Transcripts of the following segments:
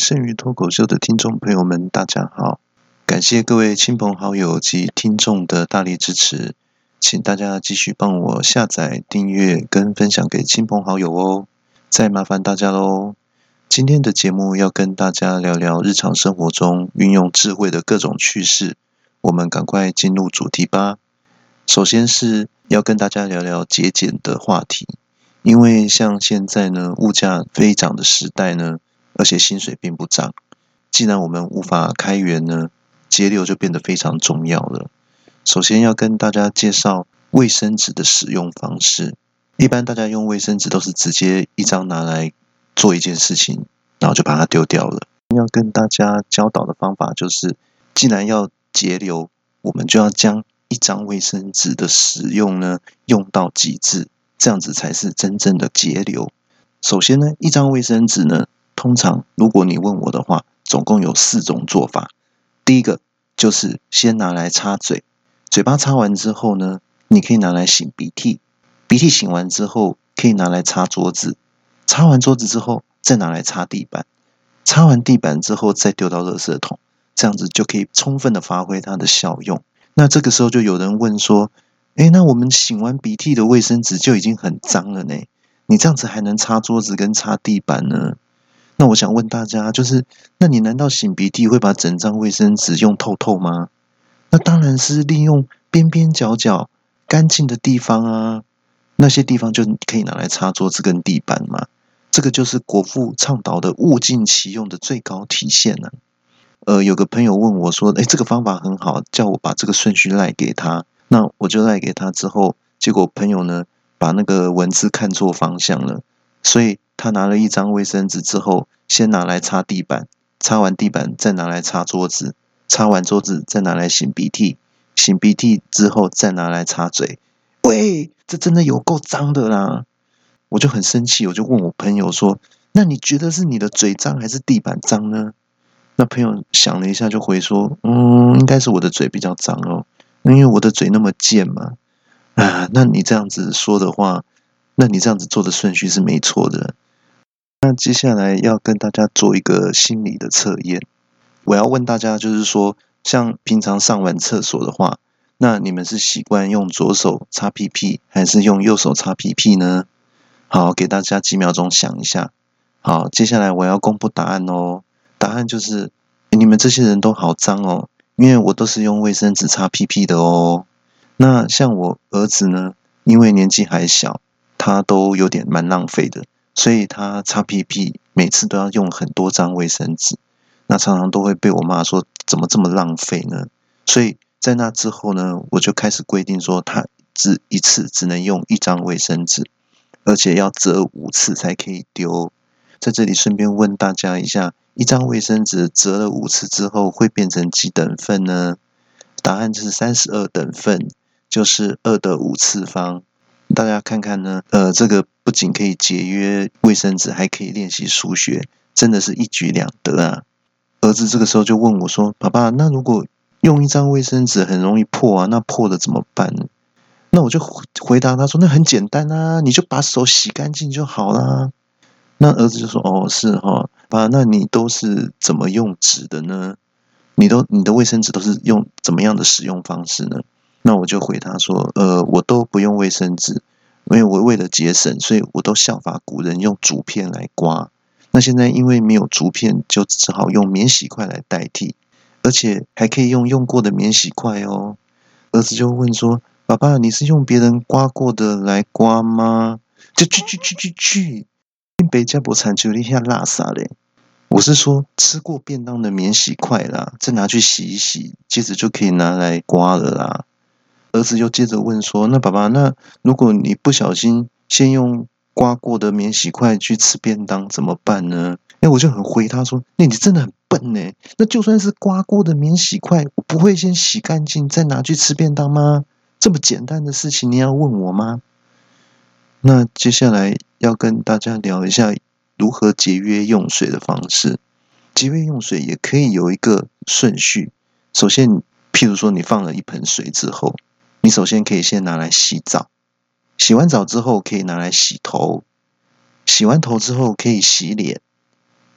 剩余脱口秀的听众朋友们，大家好！感谢各位亲朋好友及听众的大力支持，请大家继续帮我下载、订阅跟分享给亲朋好友哦，再麻烦大家喽！今天的节目要跟大家聊聊日常生活中运用智慧的各种趣事，我们赶快进入主题吧。首先是要跟大家聊聊节俭的话题，因为像现在呢，物价飞涨的时代呢，而且薪水并不涨，既然我们无法开源呢，节流就变得非常重要了。首先要跟大家介绍卫生纸的使用方式。一般大家用卫生纸都是直接一张拿来做一件事情，然后就把它丢掉了。要跟大家教导的方法就是，既然要节流，我们就要将一张卫生纸的使用呢用到极致，这样子才是真正的节流。首先呢，一张卫生纸呢，通常如果你问我的话，总共有4种做法。第一个就是先拿来擦嘴，嘴巴擦完之后呢，你可以拿来擤鼻涕，鼻涕擤完之后可以拿来擦桌子，擦完桌子之后再拿来擦地板，擦完地板之后再丢到垃圾桶，这样子就可以充分的发挥它的效用。那这个时候就有人问说，那我们擤完鼻涕的卫生纸就已经很脏了呢，你这样子还能擦桌子跟擦地板呢？那我想问大家，就是那你难道擤鼻涕会把整张卫生纸用透透吗？那当然是利用边边角角干净的地方啊，那些地方就可以拿来擦桌子跟地板嘛。这个就是国父倡导的物尽其用的最高体现啊。有个朋友问我说，这个方法很好，叫我把这个顺序赖给他。那我就赖给他之后，结果朋友呢把那个文字看错方向了，所以他拿了一张卫生纸之后，先拿来擦地板，擦完地板再拿来擦桌子，擦完桌子再拿来擤鼻涕，擤鼻涕之后再拿来擦嘴。喂，这真的有够脏的啦！我就很生气，我就问我朋友说，那你觉得是你的嘴脏还是地板脏呢？那朋友想了一下就回说，应该是我的嘴比较脏哦，因为我的嘴那么贱嘛。那你这样子说的话，那你这样子做的顺序是没错的。那接下来要跟大家做一个心理的测验，我要问大家就是说，像平常上完厕所的话，那你们是习惯用左手擦屁屁，还是用右手擦屁屁呢？好，给大家几秒钟想一下。好，接下来我要公布答案哦。答案就是你们这些人都好脏哦，因为我都是用卫生纸擦屁屁的哦。那像我儿子呢，因为年纪还小，他都有点蛮浪费的，所以他擦屁屁每次都要用很多张卫生纸，那常常都会被我妈说怎么这么浪费呢？所以在那之后呢，我就开始规定说，他一次只能用1张卫生纸，而且要折5次才可以丢。在这里顺便问大家一下，一张卫生纸折了5次之后会变成几等份呢？答案就是32等份，就是2的5次方。大家看看呢，这个不仅可以节约卫生纸，还可以练习数学，真的是一举两得啊！儿子这个时候就问我说：“爸爸，那如果用1张卫生纸很容易破啊，那破了怎么办呢？”那我就回答他说：“那很简单啊，你就把手洗干净就好啦。”那儿子就说：“哦，是哈，爸，那你都是怎么用纸的呢？你的卫生纸都是用怎么样的使用方式呢？”那我就回他说：“我都不用卫生纸，因为我为了节省，所以我都效法古人用竹片来刮。那现在因为没有竹片，就只好用免洗筷来代替，而且还可以用过的免洗筷哦。”儿子就问说：“爸爸，你是用别人刮过的来刮吗？”就去！北加博产就一下拉撒嘞！我是说吃过便当的免洗筷啦，再拿去洗一洗，接着就可以拿来刮了啦。儿子又接着问说：“那爸爸，那如果你不小心先用刮过的免洗筷去吃便当怎么办呢？”我就很回他说：“你真的很笨呢！那就算是刮过的免洗筷，我不会先洗干净再拿去吃便当吗？这么简单的事情你要问我吗？”那接下来要跟大家聊一下如何节约用水的方式。节约用水也可以有一个顺序。首先，譬如说你放了一盆水之后，你首先可以先拿来洗澡，洗完澡之后可以拿来洗头，洗完头之后可以洗脸，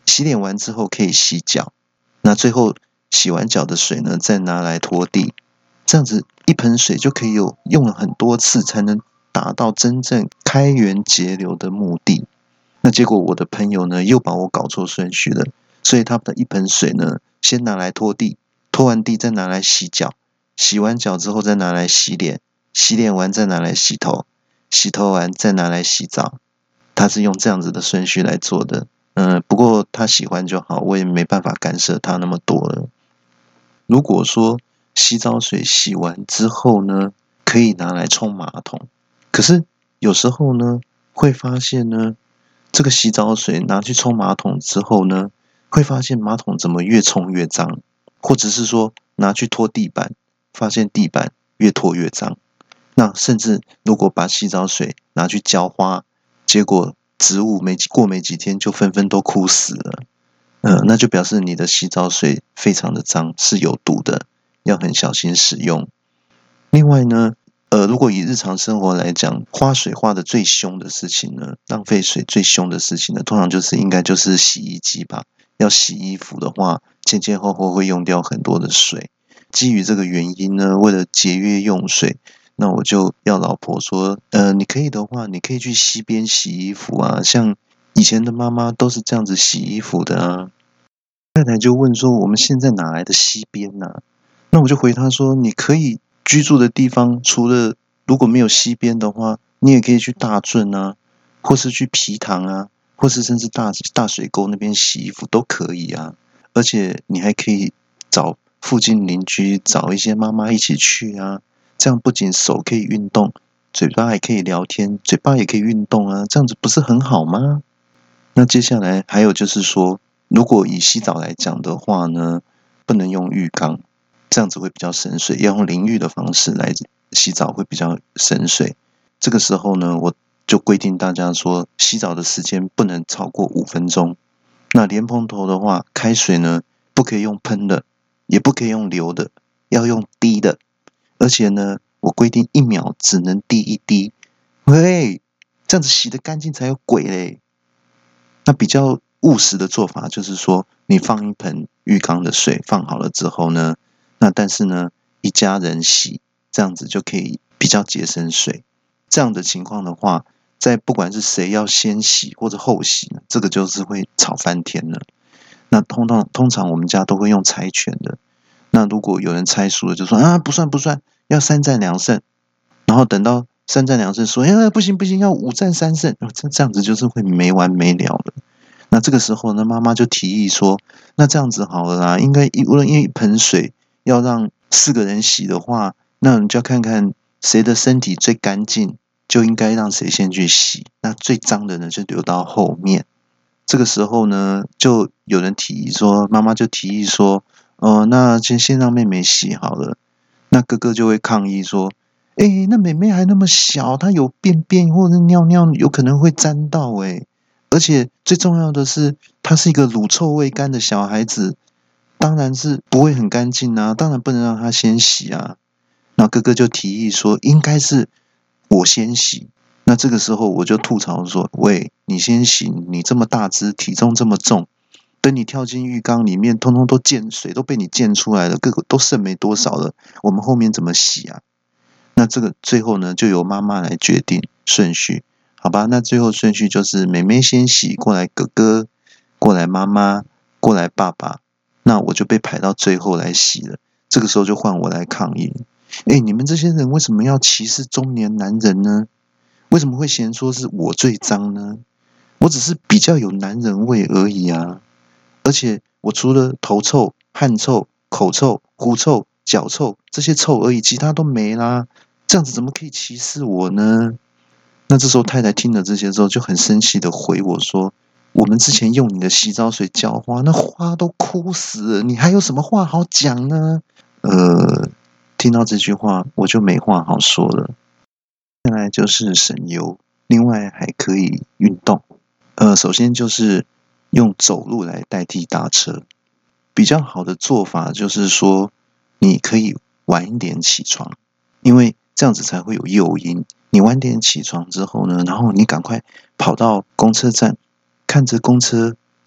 洗脸完之后可以洗脚，那最后洗完脚的水呢，再拿来拖地，这样子一盆水就可以用了很多次，才能达到真正开源节流的目的。那结果我的朋友呢，又把我搞错顺序了，所以他的一盆水呢，先拿来拖地，拖完地再拿来洗脚，洗完脚之后再拿来洗脸，洗脸完再拿来洗头，洗头完再拿来洗澡。他是用这样子的顺序来做的。不过他喜欢就好，我也没办法干涉他那么多了。如果说洗澡水洗完之后呢，可以拿来冲马桶，可是有时候呢，会发现呢，这个洗澡水拿去冲马桶之后呢，会发现马桶怎么越冲越脏，或者是说拿去拖地板，发现地板越拖越脏。那甚至如果把洗澡水拿去浇花，结果植物没几天就纷纷都枯死了。那就表示你的洗澡水非常的脏，是有毒的，要很小心使用。另外呢，如果以日常生活来讲，花水花的最凶的事情呢，浪费水最凶的事情呢，通常应该就是洗衣机吧。要洗衣服的话，前后后会用掉很多的水。基于这个原因呢，为了节约用水，那我就要老婆说，你可以的话，你可以去溪边洗衣服啊，像以前的妈妈都是这样子洗衣服的啊。太太就问说，我们现在哪来的溪边啊？那我就回她说，你可以居住的地方，除了如果没有溪边的话，你也可以去大圳啊，或是去皮塘啊，或是甚至大水沟那边洗衣服都可以啊。而且你还可以找附近邻居，找一些妈妈一起去啊。这样不仅手可以运动，嘴巴还可以聊天，嘴巴也可以运动啊，这样子不是很好吗？那接下来还有就是说，如果以洗澡来讲的话呢，不能用浴缸，这样子会比较省水，要用淋浴的方式来洗澡会比较省水。这个时候呢，我就规定大家说，洗澡的时间不能超过5分钟。那莲蓬头的话，开水呢不可以用喷的，也不可以用流的，要用滴的。而且呢，我规定1秒只能滴1滴。喂，这样子洗得干净才有鬼嘞！那比较务实的做法就是说，你放一盆浴缸的水放好了之后呢，那但是呢，一家人洗，这样子就可以比较节省水。这样的情况的话，在不管是谁要先洗或者后洗呢，这个就是会吵翻天了。那通常我们家都会用猜拳的。那如果有人猜输了，就说啊不算，要3战2胜。然后等到3战2胜，说不行，要5战3胜，这样子就是会没完没了的。那这个时候呢，妈妈就提议说，那这样子好了啦，应该因为一盆水要让4个人洗的话，那你就要看看谁的身体最干净，就应该让谁先去洗。那最脏的呢，就留到后面。这个时候呢，就有人提议说，妈妈就提议说，那先让妹妹洗好了。那哥哥就会抗议说，那妹妹还那么小，她有便便或者尿尿，有可能会沾到而且最重要的是，她是一个乳臭未干的小孩子，当然是不会很干净啊，当然不能让她先洗啊。那哥哥就提议说，应该是我先洗。那这个时候我就吐槽说，喂，你先洗，你这么大只，体重这么重，等你跳进浴缸里面，通通都水都被你溅出来了，个个都剩没多少了，我们后面怎么洗啊？那这个最后呢，就由妈妈来决定顺序，好吧？那最后顺序就是妹妹先洗，过来哥哥，过来妈妈，过来爸爸，那我就被排到最后来洗了。这个时候就换我来抗议，你们这些人为什么要歧视中年男人呢？为什么会嫌说是我最脏呢？我只是比较有男人味而已啊！而且我除了头臭、汗臭、口臭、狐臭、脚臭这些臭而已，其他都没啦。这样子怎么可以歧视我呢？那这时候太太听了这些之后，就很生气的回我说：“我们之前用你的洗澡水浇花，那花都枯死了，你还有什么话好讲呢？”听到这句话，我就没话好说了。再来就是省油，另外还可以运动。首先就是用走路来代替搭车。比较好的做法就是说，你可以晚一点起床，因为这样子才会有诱因。你晚点起床之后呢，然后你赶快跑到公车站，看着公车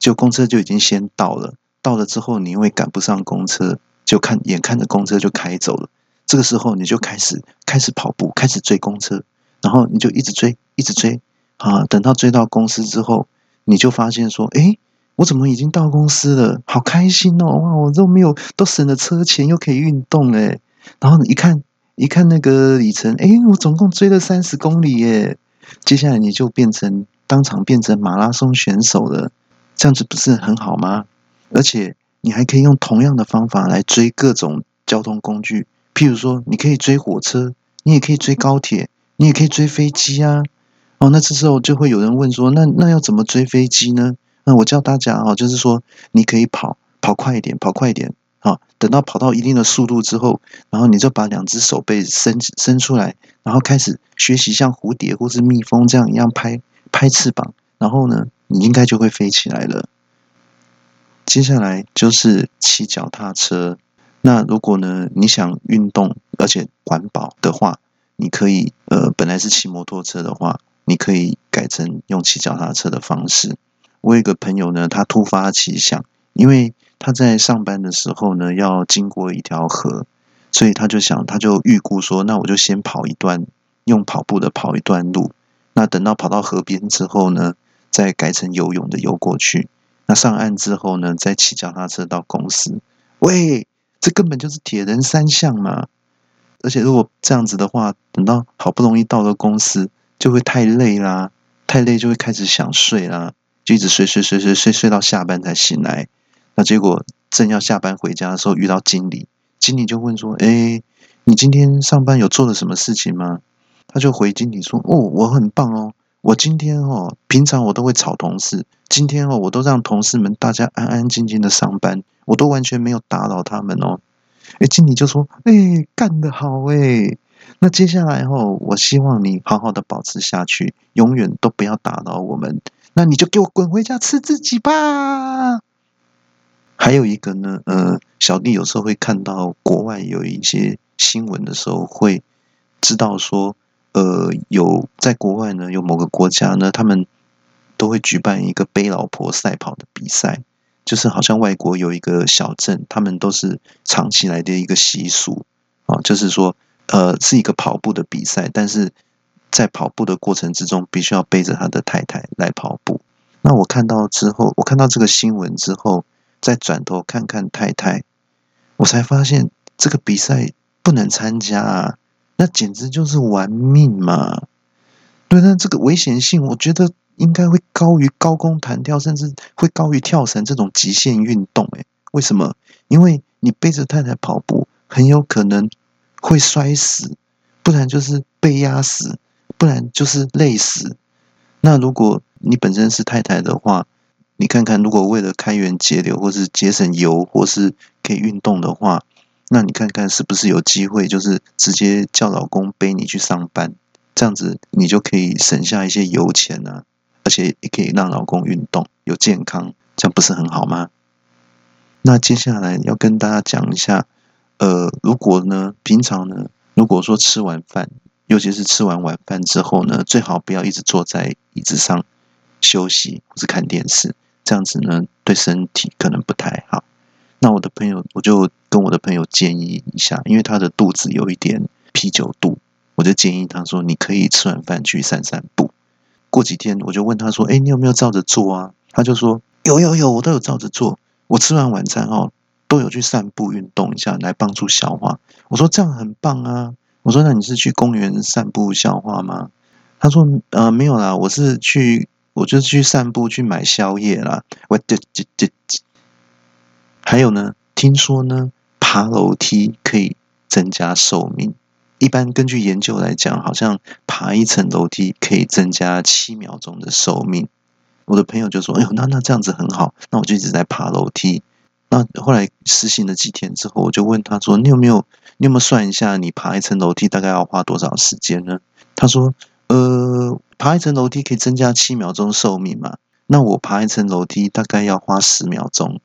就公车就已经先到了，到了之后你因为赶不上公车，眼看着公车就开走了，这个时候你就开始跑步，开始追公车，然后你就一直追，一直追啊，等到追到公司之后，你就发现说，诶，我怎么已经到公司了？好开心哦！哇，我都省了车钱，又可以运动诶。然后你一看那个里程，诶，我总共追了30公里耶！接下来你就当场变成马拉松选手了，这样子不是很好吗？而且你还可以用同样的方法来追各种交通工具，譬如说，你可以追火车，你也可以追高铁，你也可以追飞机啊。哦，那这时候就会有人问说，那要怎么追飞机呢？那我教大家哦，就是说你可以跑快一点，跑快一点。啊，等到跑到一定的速度之后，然后你就把2只手背伸出来，然后开始学习像蝴蝶或是蜜蜂这样一样拍翅膀，然后呢，你应该就会飞起来了。接下来就是骑脚踏车。那如果呢，你想运动而且环保的话，你可以本来是骑摩托车的话，你可以改成用骑脚踏车的方式。我有一个朋友呢，他突发奇想，因为他在上班的时候呢，要经过一条河，所以他就预估说，那我就先用跑步的跑一段路，那等到跑到河边之后呢，再改成游泳的游过去。那上岸之后呢，再骑脚踏车到公司。喂，这根本就是铁人三项嘛！而且如果这样子的话，等到好不容易到了公司，就会太累啦，太累就会开始想睡啦，就一直睡到下班才醒来。那结果正要下班回家的时候，遇到经理，经理就问说：“哎，你今天上班有做了什么事情吗？”他就回经理说：“哦，我很棒哦，我今天哦，平常我都会吵同事，今天哦，我都让同事们大家安安静静的上班，我都完全没有打扰他们哦。”经理就说：干得好那接下来我希望你好好的保持下去，永远都不要打扰我们。那你就给我滚回家吃自己吧。”还有一个呢，小弟有时候会看到国外有一些新闻的时候，会知道说，在国外呢，有某个国家呢，他们都会举办一个背老婆赛跑的比赛，就是好像外国有一个小镇，他们都是长期来的一个习俗啊，就是说，是一个跑步的比赛，但是在跑步的过程之中，必须要背着他的太太来跑步。那我看到这个新闻之后，再转头看看太太，我才发现这个比赛不能参加啊，那简直就是玩命嘛！对，那这个危险性，我觉得应该会高于高空弹跳，甚至会高于跳绳这种极限运动。为什么？因为你背着太太跑步，很有可能会摔死，不然就是被压死，不然就是累死。那如果你本身是太太的话，你看看，如果为了开源节流，或是节省油，或是可以运动的话，那你看看是不是有机会，就是直接叫老公背你去上班，这样子你就可以省下一些油钱啊，而且也可以让老公运动，有健康，这样不是很好吗？那接下来要跟大家讲一下，如果呢，平常呢，如果说吃完饭，尤其是吃完晚饭之后呢，最好不要一直坐在椅子上休息或是看电视，这样子呢，对身体可能不太好。那我就跟我的朋友建议一下，因为他的肚子有一点啤酒肚，我就建议他说，你可以吃完饭去散散步。过几天我就问他说，你有没有照着做啊？他就说有，我都有照着做。我吃完晚餐都有去散步运动一下，来帮助消化。我说这样很棒啊。我说那你是去公园散步消化吗？他说没有啦，我就是去散步去买宵夜啦。还有呢，听说呢，爬楼梯可以增加寿命。一般根据研究来讲，好像爬一层楼梯可以增加7秒钟的寿命。我的朋友就说：“哎呦，那这样子很好。”那我就一直在爬楼梯。那后来实行了几天之后，我就问他说：“你有没有算一下，你爬一层楼梯大概要花多少时间呢？”他说：爬一层楼梯可以增加7秒钟寿命嘛？那我爬一层楼梯大概要花10秒钟。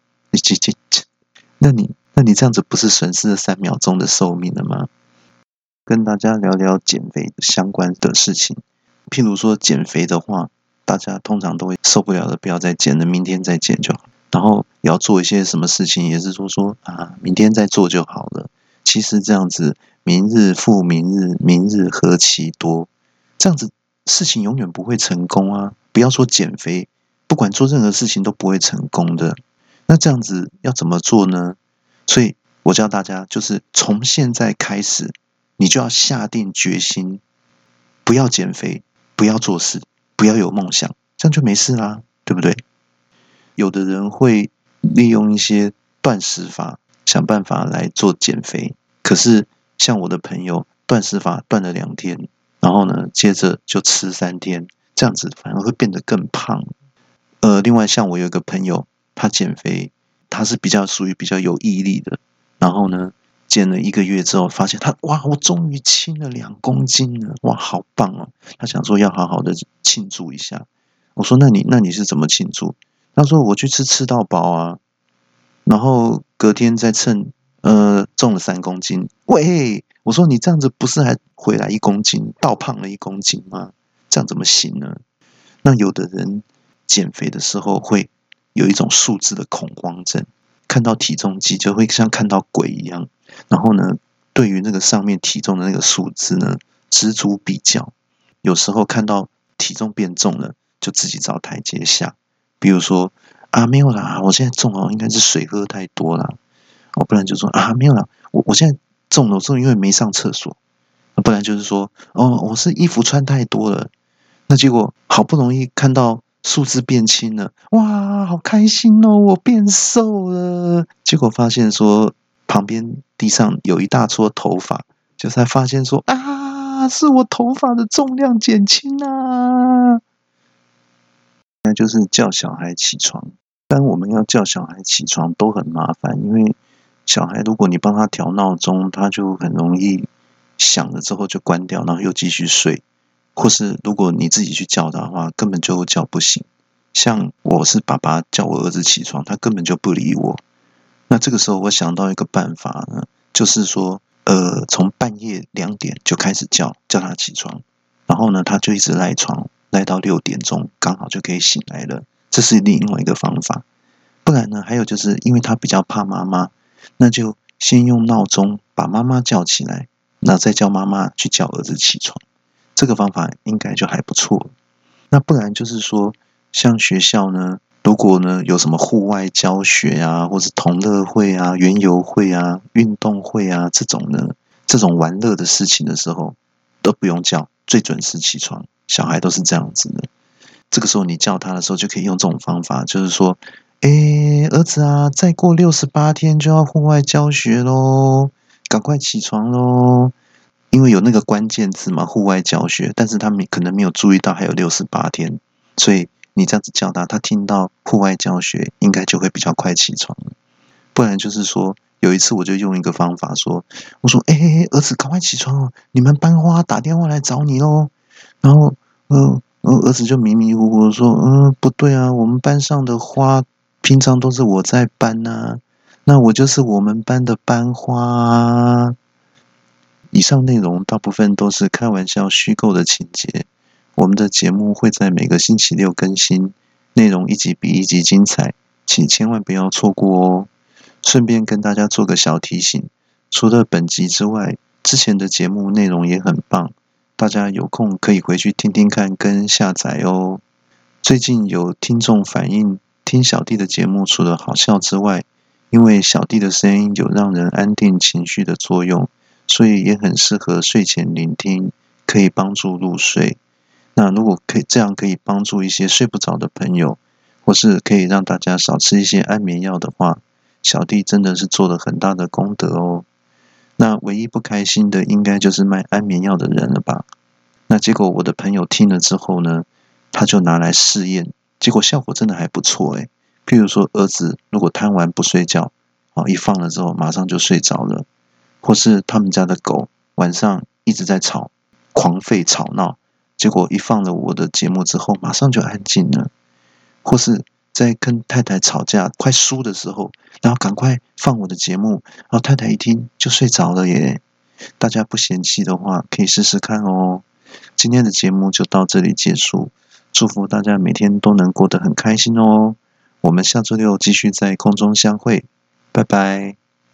那你这样子不是损失了3秒钟的寿命了吗？跟大家聊聊减肥相关的事情，譬如说减肥的话， 大家通常都会受不了的，不要再剪了，明天再剪就好。然后也要做一些什么事情，也是说明天再做就好了。其实这样子，明日复明日，明日何其多，这样子事情永远不会成功啊！不要说减肥，不管做任何事情都不会成功的。那这样子要怎么做呢？所以我教大家，就是从现在开始，你就要下定决心，不要减肥，不要做事，不要有梦想，这样就没事啦，对不对？有的人会利用一些断食法，想办法来做减肥。可是像我的朋友，断食法断了2天，然后呢，接着就吃3天，这样子反而会变得更胖。另外像我有一个朋友，他减肥，他是属于比较有毅力的。然后呢，减了1个月之后，发现哇，我终于轻了2公斤了，哇，好棒哦！他想说要好好的庆祝一下。我说那你是怎么庆祝？他说我去吃到饱啊，然后隔天再称，重了3公斤。喂，我说你这样子不是还回来1公斤，倒胖了1公斤吗？这样怎么行呢？那有的人减肥的时候会有一种数字的恐慌症，看到体重机就会像看到鬼一样，然后呢，对于那个上面体重的那个数字呢，锱铢比较，有时候看到体重变重了，就自己找台阶下，比如说没有啦，我现在重应该是水喝太多啦，不然就说没有啦，我现在重了，我是因为没上厕所，不然就是说我是衣服穿太多了，那结果好不容易看到数字变轻了，哇，好开心哦，我变瘦了。结果发现说旁边地上有一大撮头发，就才发现说是我头发的重量减轻啊。那就是叫小孩起床，但我们要叫小孩起床都很麻烦，因为小孩如果你帮他调闹钟，他就很容易响了之后就关掉，然后又继续睡。或是如果你自己去叫他的话，根本就叫不醒。像我是爸爸叫我儿子起床，他根本就不理我。那这个时候我想到一个办法呢，就是说，从半夜2点就开始叫他起床，然后呢，他就一直赖床，赖到6点钟，刚好就可以醒来了。这是另外一个方法。不然呢，还有就是因为他比较怕妈妈，那就先用闹钟把妈妈叫起来，那再叫妈妈去叫儿子起床。这个方法应该就还不错。那不然就是说，像学校呢，如果呢有什么户外教学啊，或是同乐会啊、园游会啊、运动会啊这种玩乐的事情的时候，都不用叫，最准时起床。小孩都是这样子的。这个时候你叫他的时候，就可以用这种方法，就是说，儿子啊，再过68天就要户外教学咯，赶快起床咯。因为有那个关键字嘛，户外教学，但是他们可能没有注意到还有68天，所以你这样子叫他，他听到户外教学，应该就会比较快起床了。不然就是说，有一次我就用一个方法说，我说，儿子，赶快起床哦，你们班花打电话来找你咯。然后，儿子就迷迷糊糊的说，不对啊，我们班上的花平常都是我在搬啊，那我就是我们班的班花啊。以上内容大部分都是开玩笑虚构的情节。我们的节目会在每个星期六更新，内容一集比一集精彩，请千万不要错过哦。顺便跟大家做个小提醒，除了本集之外，之前的节目内容也很棒，大家有空可以回去听听看跟下载哦。最近有听众反映，听小弟的节目除了好笑之外，因为小弟的声音有让人安定情绪的作用，所以也很适合睡前聆听，可以帮助入睡。那如果可以帮助一些睡不着的朋友，或是可以让大家少吃一些安眠药的话，小弟真的是做了很大的功德哦。那唯一不开心的应该就是卖安眠药的人了吧？那结果我的朋友听了之后呢，他就拿来试验，结果效果真的还不错诶。譬如说儿子如果贪玩不睡觉，一放了之后马上就睡着了，或是他们家的狗晚上一直在吵，狂吠吵闹，结果一放了我的节目之后马上就安静了，或是在跟太太吵架快输的时候，然后赶快放我的节目，然后太太一听就睡着了耶。大家不嫌弃的话可以试试看哦。今天的节目就到这里结束， 祝福大家每天都能过得很开心哦。我们下周六继续在空中相会，拜拜。